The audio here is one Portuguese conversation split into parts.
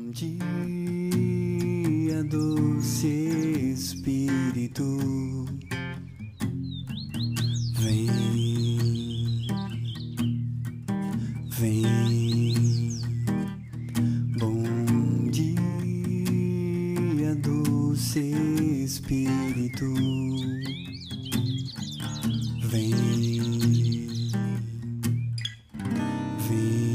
dia, doce Espírito, vem, vem. Bom dia, doce Espírito, vem, vem.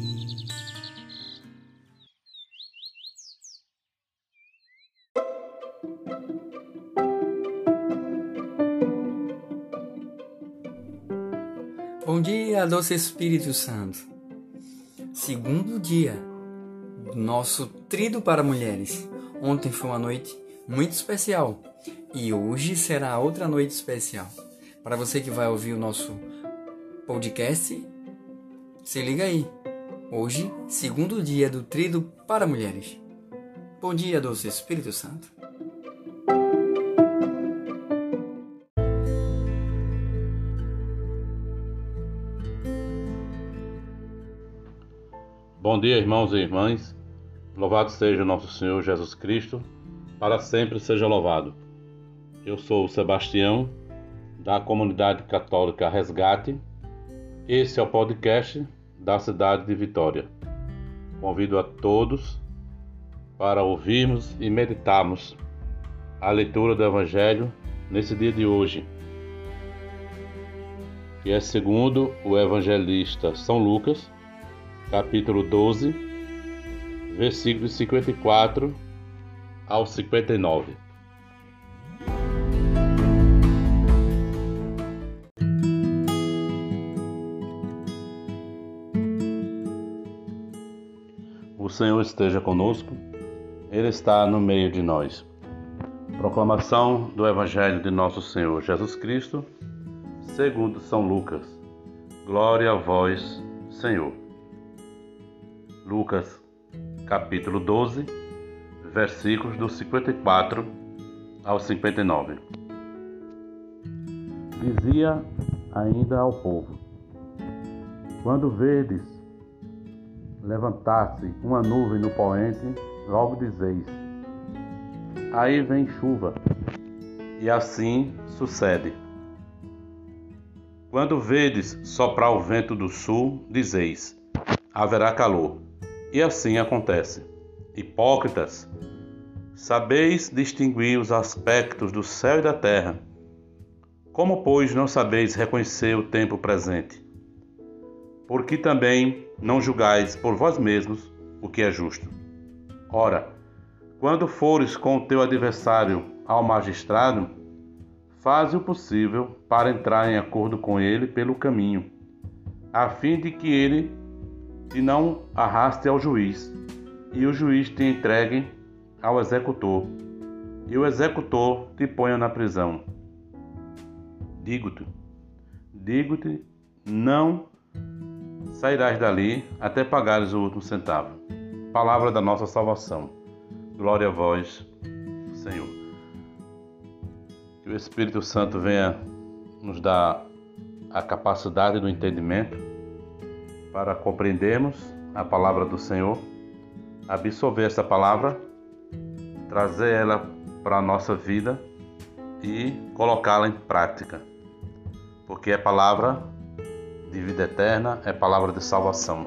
Bom dia, doce Espírito Santo. Segundo dia do nosso Tríduo para Mulheres. Ontem foi uma noite muito especial e hoje será outra noite especial. Para você que vai ouvir o nosso podcast, se liga aí. Hoje, segundo dia do Tríduo para Mulheres. Bom dia, doce Espírito Santo. Bom dia, irmãos e irmãs. Louvado seja o nosso Senhor Jesus Cristo. Para sempre seja louvado. Eu sou o Sebastião, da Comunidade Católica Resgate. Esse é o podcast da cidade de Vitória. Convido a todos para ouvirmos e meditarmos a leitura do Evangelho nesse dia de hoje, que é segundo o evangelista São Lucas, capítulo 12, versículos 54 ao 59. O Senhor esteja conosco, Ele está no meio de nós. Proclamação do Evangelho de nosso Senhor Jesus Cristo, segundo São Lucas. Glória a vós, Senhor. Lucas, capítulo 12, versículos do 54 ao 59. Dizia ainda ao povo: quando verdes levantar-se uma nuvem no poente, logo dizeis: aí vem chuva, e assim sucede. Quando verdes soprar o vento do sul, dizeis: haverá calor. E assim acontece. Hipócritas, sabeis distinguir os aspectos do céu e da terra. Como, pois, não sabeis reconhecer o tempo presente? Porque também não julgais por vós mesmos o que é justo. Ora, quando fores com o teu adversário ao magistrado, faze o possível para entrar em acordo com ele pelo caminho, a fim de que ele te não arraste ao juiz, e o juiz te entregue ao executor, e o executor te ponha na prisão. Digo-te, não sairás dali até pagares o último centavo. Palavra da nossa salvação. Glória a vós, Senhor. Que o Espírito Santo venha nos dar a capacidade do entendimento para compreendermos a palavra do Senhor, absorver essa palavra, trazer ela para a nossa vida e colocá-la em prática, porque é palavra de vida eterna, é palavra de salvação,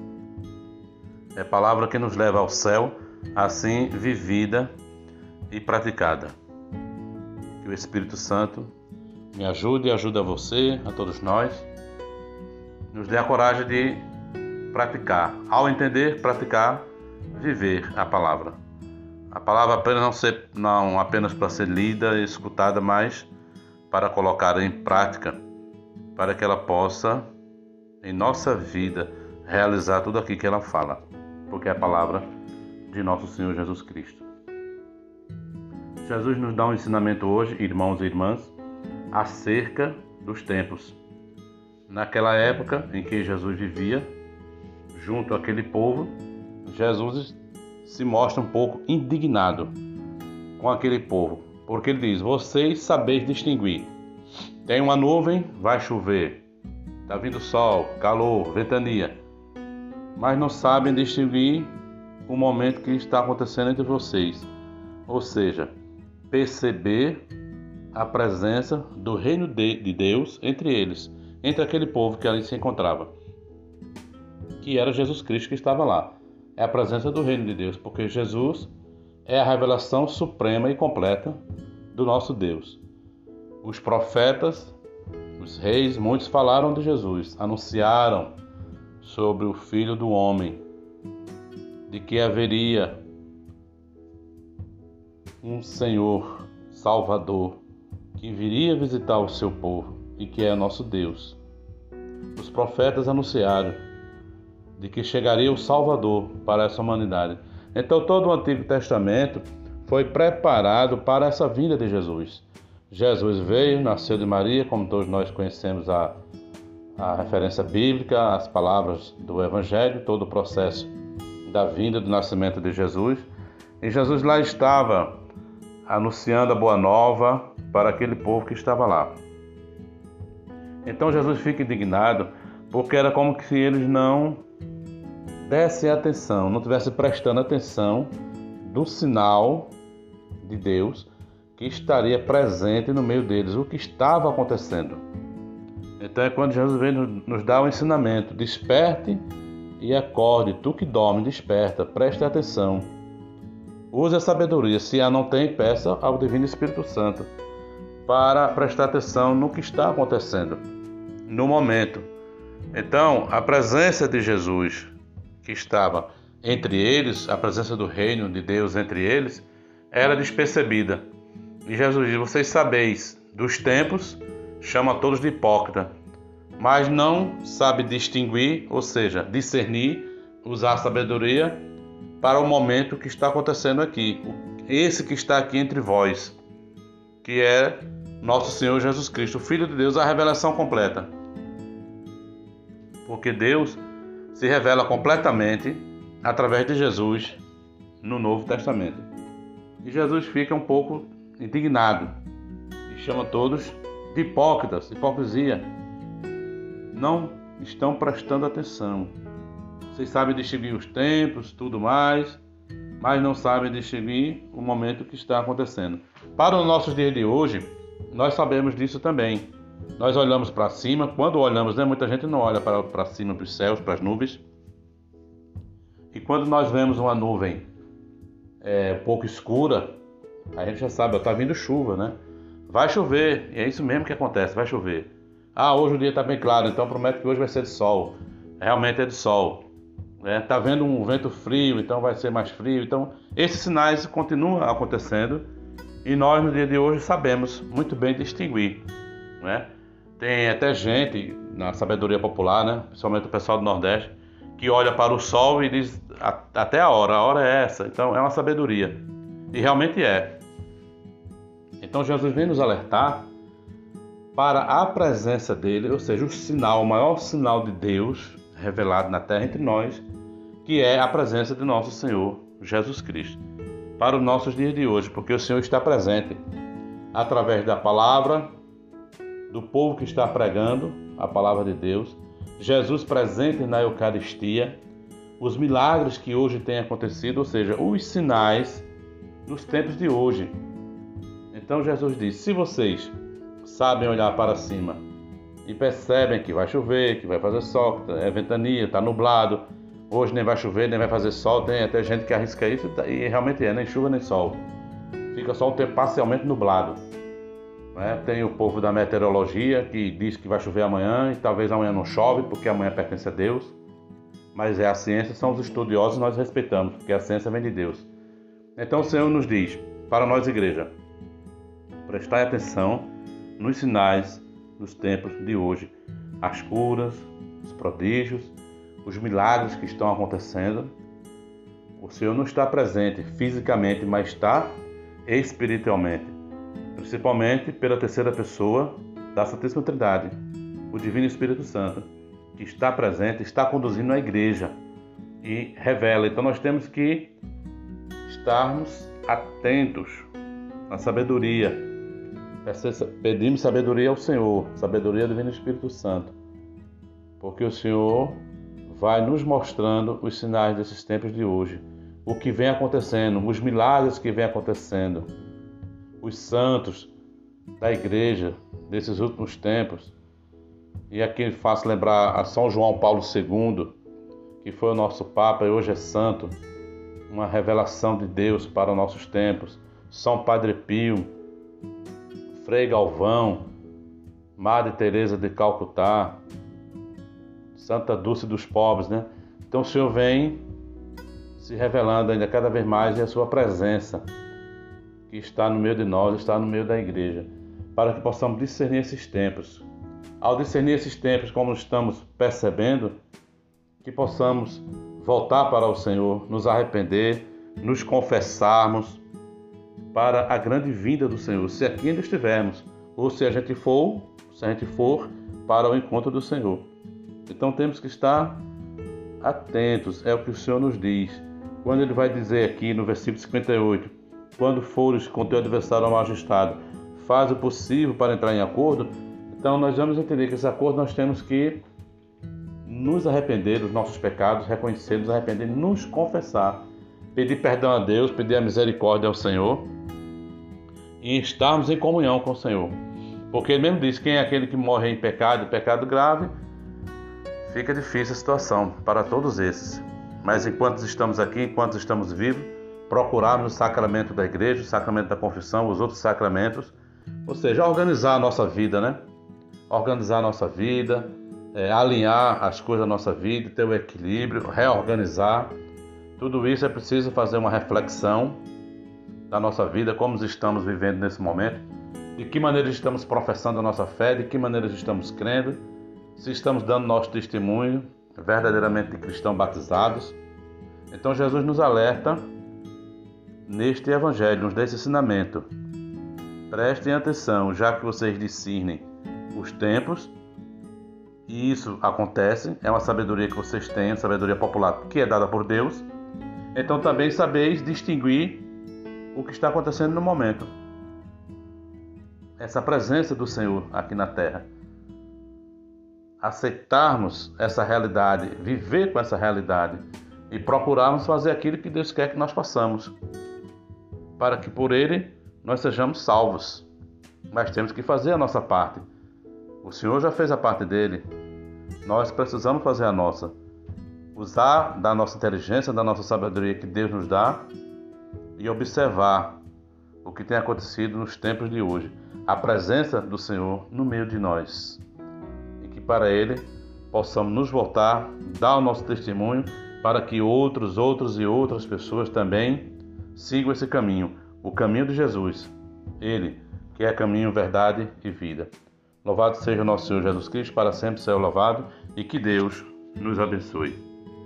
é palavra que nos leva ao céu, assim vivida e praticada. Que o Espírito Santo me ajude e ajude a você, a todos nós, nos dê a coragem de praticar. Ao entender, praticar, viver a palavra. A palavra não apenas para ser lida e escutada, mas para colocar em prática, para que ela possa, em nossa vida, realizar tudo aquilo que ela fala, porque é a palavra de nosso Senhor Jesus Cristo. Jesus nos dá um ensinamento hoje, irmãos e irmãs, acerca dos tempos. Naquela época em que Jesus vivia, junto àquele povo, Jesus se mostra um pouco indignado com aquele povo, porque ele diz: vocês sabeis distinguir. Tem uma nuvem, vai chover. Está vindo sol, calor, ventania. Mas não sabem distinguir o momento que está acontecendo entre vocês. Ou seja, perceber a presença do reino de Deus entre eles, entre aquele povo que ali se encontrava, que era Jesus Cristo que estava lá. É a presença do reino de Deus, porque Jesus é a revelação suprema e completa do nosso Deus. Os profetas, os reis, muitos falaram de Jesus, anunciaram sobre o Filho do Homem, de que haveria um Senhor Salvador que viria visitar o seu povo e que é nosso Deus. Os profetas anunciaram de que chegaria o Salvador para essa humanidade. Então todo o Antigo Testamento foi preparado para essa vinda de Jesus. Jesus veio, nasceu de Maria, como todos nós conhecemos a referência bíblica, as palavras do Evangelho, todo o processo da vinda, do nascimento de Jesus. E Jesus lá estava anunciando a boa nova para aquele povo que estava lá. Então Jesus fica indignado porque era como se eles não dessem atenção, não estivessem prestando atenção do sinal de Deus que estaria presente no meio deles, o que estava acontecendo. Então é quando Jesus vem nos dar o ensinamento: desperte e acorde, tu que dorme, desperta, preste atenção. Use a sabedoria, se a não tem, peça ao Divino Espírito Santo para prestar atenção no que está acontecendo, no momento. Então, a presença de Jesus que estava entre eles, a presença do reino de Deus entre eles, era despercebida. E Jesus diz: vocês sabeis dos tempos, chama todos de hipócrita, mas não sabe distinguir, ou seja, discernir, usar a sabedoria para o momento que está acontecendo aqui. Esse que está aqui entre vós, que é nosso Senhor Jesus Cristo, o Filho de Deus, a revelação completa. Porque Deus se revela completamente através de Jesus no Novo Testamento. E Jesus fica um pouco indignado e chama todos de hipócritas, hipocrisia. Não estão prestando atenção. Vocês sabem distinguir os tempos, tudo mais, mas não sabem distinguir o momento que está acontecendo. Para os nossos dias de hoje, nós sabemos disso também. Nós olhamos para cima, quando olhamos, né, muita gente não olha para cima, para os céus, para as nuvens. E quando nós vemos uma nuvem um pouco escura, a gente já sabe, está vindo chuva, né? Vai chover, e é isso mesmo que acontece, vai chover. Hoje o dia está bem claro, então promete que hoje vai ser de sol. Realmente é de sol. Está vendo um vento frio, então vai ser mais frio. Então, esses sinais continuam acontecendo e nós, no dia de hoje, sabemos muito bem distinguir. Né? Tem até gente, na sabedoria popular, né? Principalmente o pessoal do Nordeste, que olha para o sol e diz até a hora é essa. Então, é uma sabedoria. E realmente é. Então, Jesus vem nos alertar para a presença dele, ou seja, o maior sinal de Deus revelado na terra entre nós, que é a presença de nosso Senhor Jesus Cristo, para os nossos dias de hoje, porque o Senhor está presente através da palavra, do povo que está pregando a palavra de Deus, Jesus presente na Eucaristia, os milagres que hoje têm acontecido, ou seja, os sinais nos tempos de hoje. Então Jesus diz: se vocês sabem olhar para cima e percebem que vai chover, que vai fazer sol, que é ventania, está nublado, hoje nem vai chover, nem vai fazer sol, tem até gente que arrisca isso e realmente nem chuva nem sol. Fica só um tempo parcialmente nublado. Né? Tem o povo da meteorologia que diz que vai chover amanhã e talvez amanhã não chove porque amanhã pertence a Deus. Mas a ciência, são os estudiosos, nós respeitamos, porque a ciência vem de Deus. Então o Senhor nos diz, para nós igreja, prestai atenção nos sinais dos tempos de hoje, as curas, os prodígios, os milagres que estão acontecendo. O Senhor não está presente fisicamente, mas está espiritualmente, principalmente pela terceira pessoa da Santíssima Trindade, o Divino Espírito Santo, que está presente, está conduzindo a igreja e revela. Então nós temos que estarmos atentos à sabedoria. Pedimos sabedoria ao Senhor, sabedoria do Divino Espírito Santo, porque o Senhor vai nos mostrando os sinais desses tempos de hoje, o que vem acontecendo, os milagres que vem acontecendo, os santos da igreja desses últimos tempos. E aqui faço lembrar a São João Paulo II, que foi o nosso Papa e hoje é santo, uma revelação de Deus para os nossos tempos. São Padre Pio, Frei Galvão, Madre Teresa de Calcutá, Santa Dulce dos Pobres, né? Então o Senhor vem se revelando ainda cada vez mais em a sua presença, que está no meio de nós, está no meio da igreja, para que possamos discernir esses tempos. Ao discernir esses tempos, como estamos percebendo, que possamos voltar para o Senhor, nos arrepender, nos confessarmos para a grande vinda do Senhor, se aqui ainda estivermos, ou se a gente for para o encontro do Senhor. Então temos que estar atentos, é o que o Senhor nos diz. Quando Ele vai dizer aqui no versículo 58, quando fores com teu adversário ao magistrado, faz o possível para entrar em acordo. Então nós vamos entender que esse acordo nós temos que nos arrepender dos nossos pecados, reconhecer, nos arrepender, nos confessar, pedir perdão a Deus, pedir a misericórdia ao Senhor e estarmos em comunhão com o Senhor. Porque Ele mesmo diz, quem é aquele que morre em pecado grave, fica difícil a situação para todos esses. Mas enquanto estamos aqui, enquanto estamos vivos, procurarmos o sacramento da igreja, o sacramento da confissão, os outros sacramentos, ou seja, organizar a nossa vida, né? Organizar a nossa vida, alinhar as coisas da nossa vida, ter o equilíbrio, reorganizar. Tudo isso é preciso fazer uma reflexão da nossa vida, como estamos vivendo nesse momento, de que maneira estamos professando a nossa fé, de que maneira estamos crendo, se estamos dando nosso testemunho verdadeiramente de cristãos batizados. Então Jesus nos alerta neste evangelho, nos dá esse ensinamento. Prestem atenção, já que vocês discernem os tempos, e isso acontece, é uma sabedoria que vocês têm, sabedoria popular que é dada por Deus. Então também sabeis distinguir o que está acontecendo no momento. Essa presença do Senhor aqui na terra. Aceitarmos essa realidade, viver com essa realidade e procurarmos fazer aquilo que Deus quer que nós façamos, para que por Ele nós sejamos salvos. Mas temos que fazer a nossa parte. O Senhor já fez a parte dele, nós precisamos fazer a nossa. Usar da nossa inteligência, da nossa sabedoria que Deus nos dá e observar o que tem acontecido nos tempos de hoje. A presença do Senhor no meio de nós. E que para Ele possamos nos voltar, dar o nosso testemunho para que outras pessoas também sigam esse caminho, o caminho de Jesus. Ele que é caminho, verdade e vida. Louvado seja o nosso Senhor Jesus Cristo, para sempre seja louvado, e que Deus nos abençoe.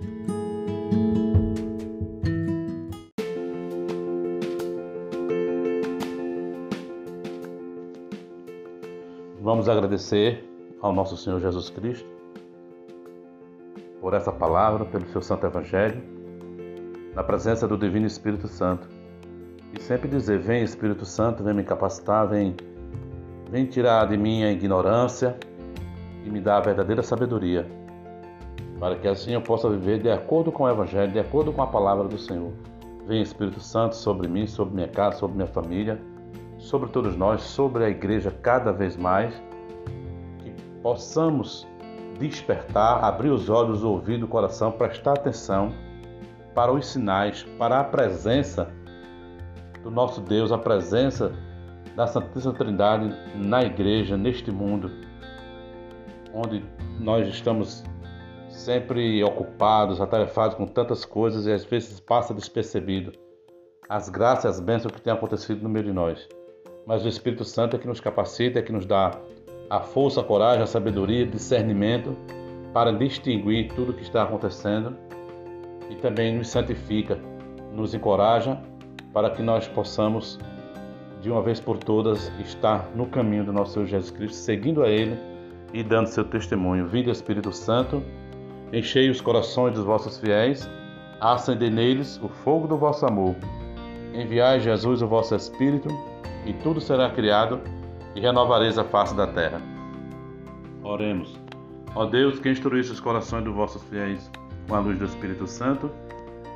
Vamos agradecer ao nosso Senhor Jesus Cristo por essa palavra, pelo seu Santo Evangelho, na presença do Divino Espírito Santo. E sempre dizer, vem Espírito Santo, vem me capacitar, vem tirar de mim a ignorância e me dar a verdadeira sabedoria, para que assim eu possa viver de acordo com o Evangelho, de acordo com a palavra do Senhor. Vem Espírito Santo sobre mim, sobre minha casa, sobre minha família, sobre todos nós, sobre a igreja cada vez mais, que possamos despertar, abrir os olhos, o ouvido, o coração, prestar atenção para os sinais, para a presença do nosso Deus, a presença da Santíssima Trindade na igreja, neste mundo, onde nós estamos sempre ocupados, atarefados com tantas coisas e às vezes passa despercebido as graças e as bênçãos que têm acontecido no meio de nós. Mas o Espírito Santo é que nos capacita, é que nos dá a força, a coragem, a sabedoria, o discernimento para distinguir tudo o que está acontecendo e também nos santifica, nos encoraja para que nós possamos, de uma vez por todas, estar no caminho do nosso Senhor Jesus Cristo, seguindo a Ele e dando seu testemunho. Vinde, Espírito Santo, enchei os corações dos vossos fiéis, acendei neles o fogo do vosso amor. Enviai, Jesus, o vosso Espírito, e tudo será criado, e renovareis a face da terra. Oremos. Ó Deus, que instruísse os corações dos vossos fiéis com a luz do Espírito Santo,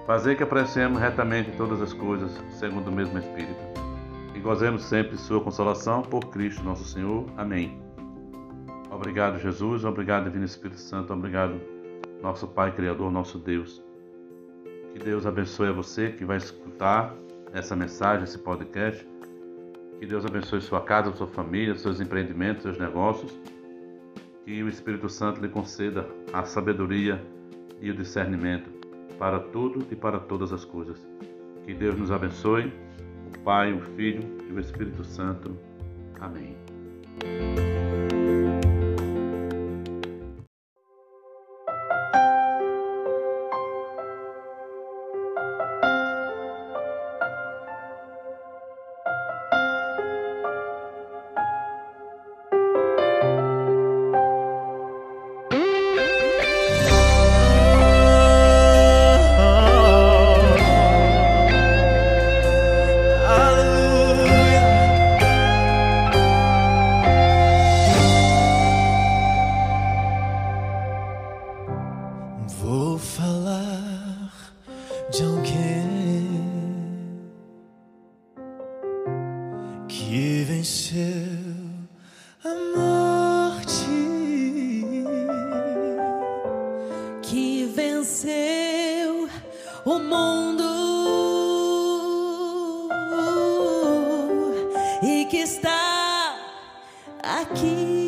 Fazer que apreciemos retamente todas as coisas, segundo o mesmo Espírito, e gozemos sempre de sua consolação, por Cristo nosso Senhor. Amém. Obrigado, Jesus. Obrigado, Divino Espírito Santo. Obrigado, nosso Pai Criador, nosso Deus. Que Deus abençoe a você que vai escutar essa mensagem, esse podcast. Que Deus abençoe sua casa, sua família, seus empreendimentos, seus negócios. Que o Espírito Santo lhe conceda a sabedoria e o discernimento para tudo e para todas as coisas. Que Deus nos abençoe, o Pai, o Filho e o Espírito Santo. Amém. Vou falar de alguém que venceu a morte, que venceu o mundo e que está aqui.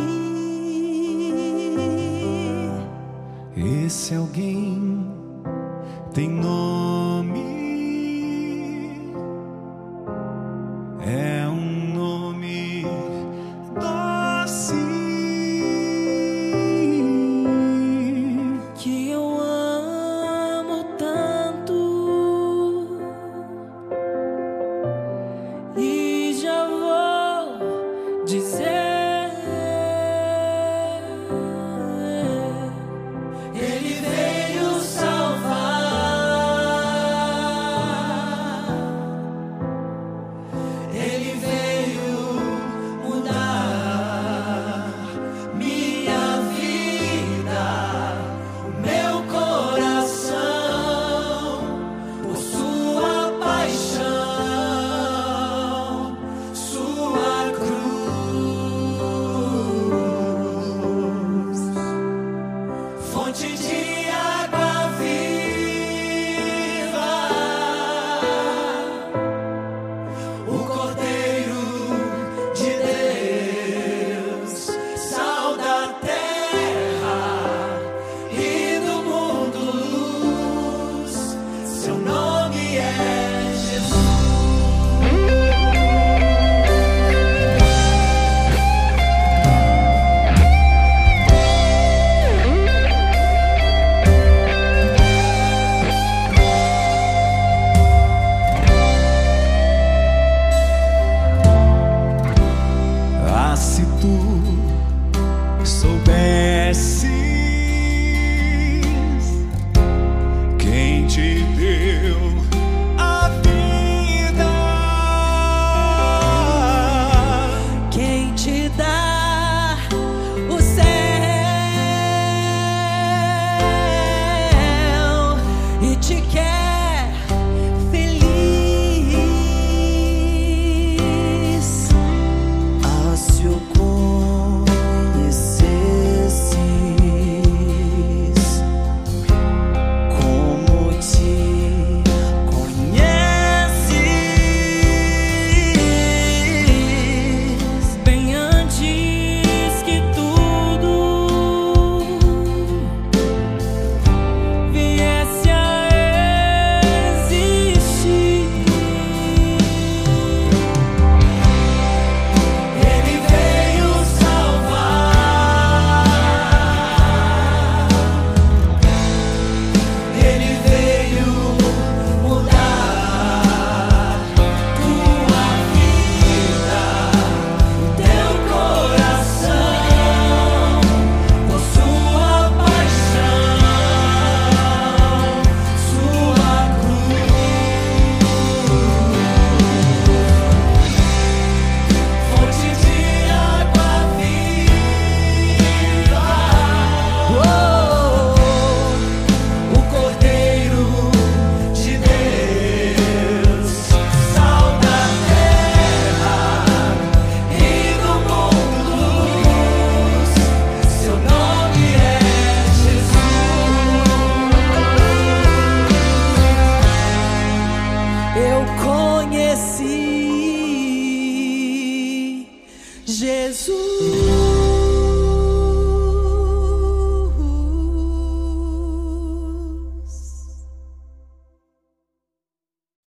Esse alguém tem nome, é um nome doce Que eu amo tanto e já vou dizer. Ele veio salvar esqueci. Jesus.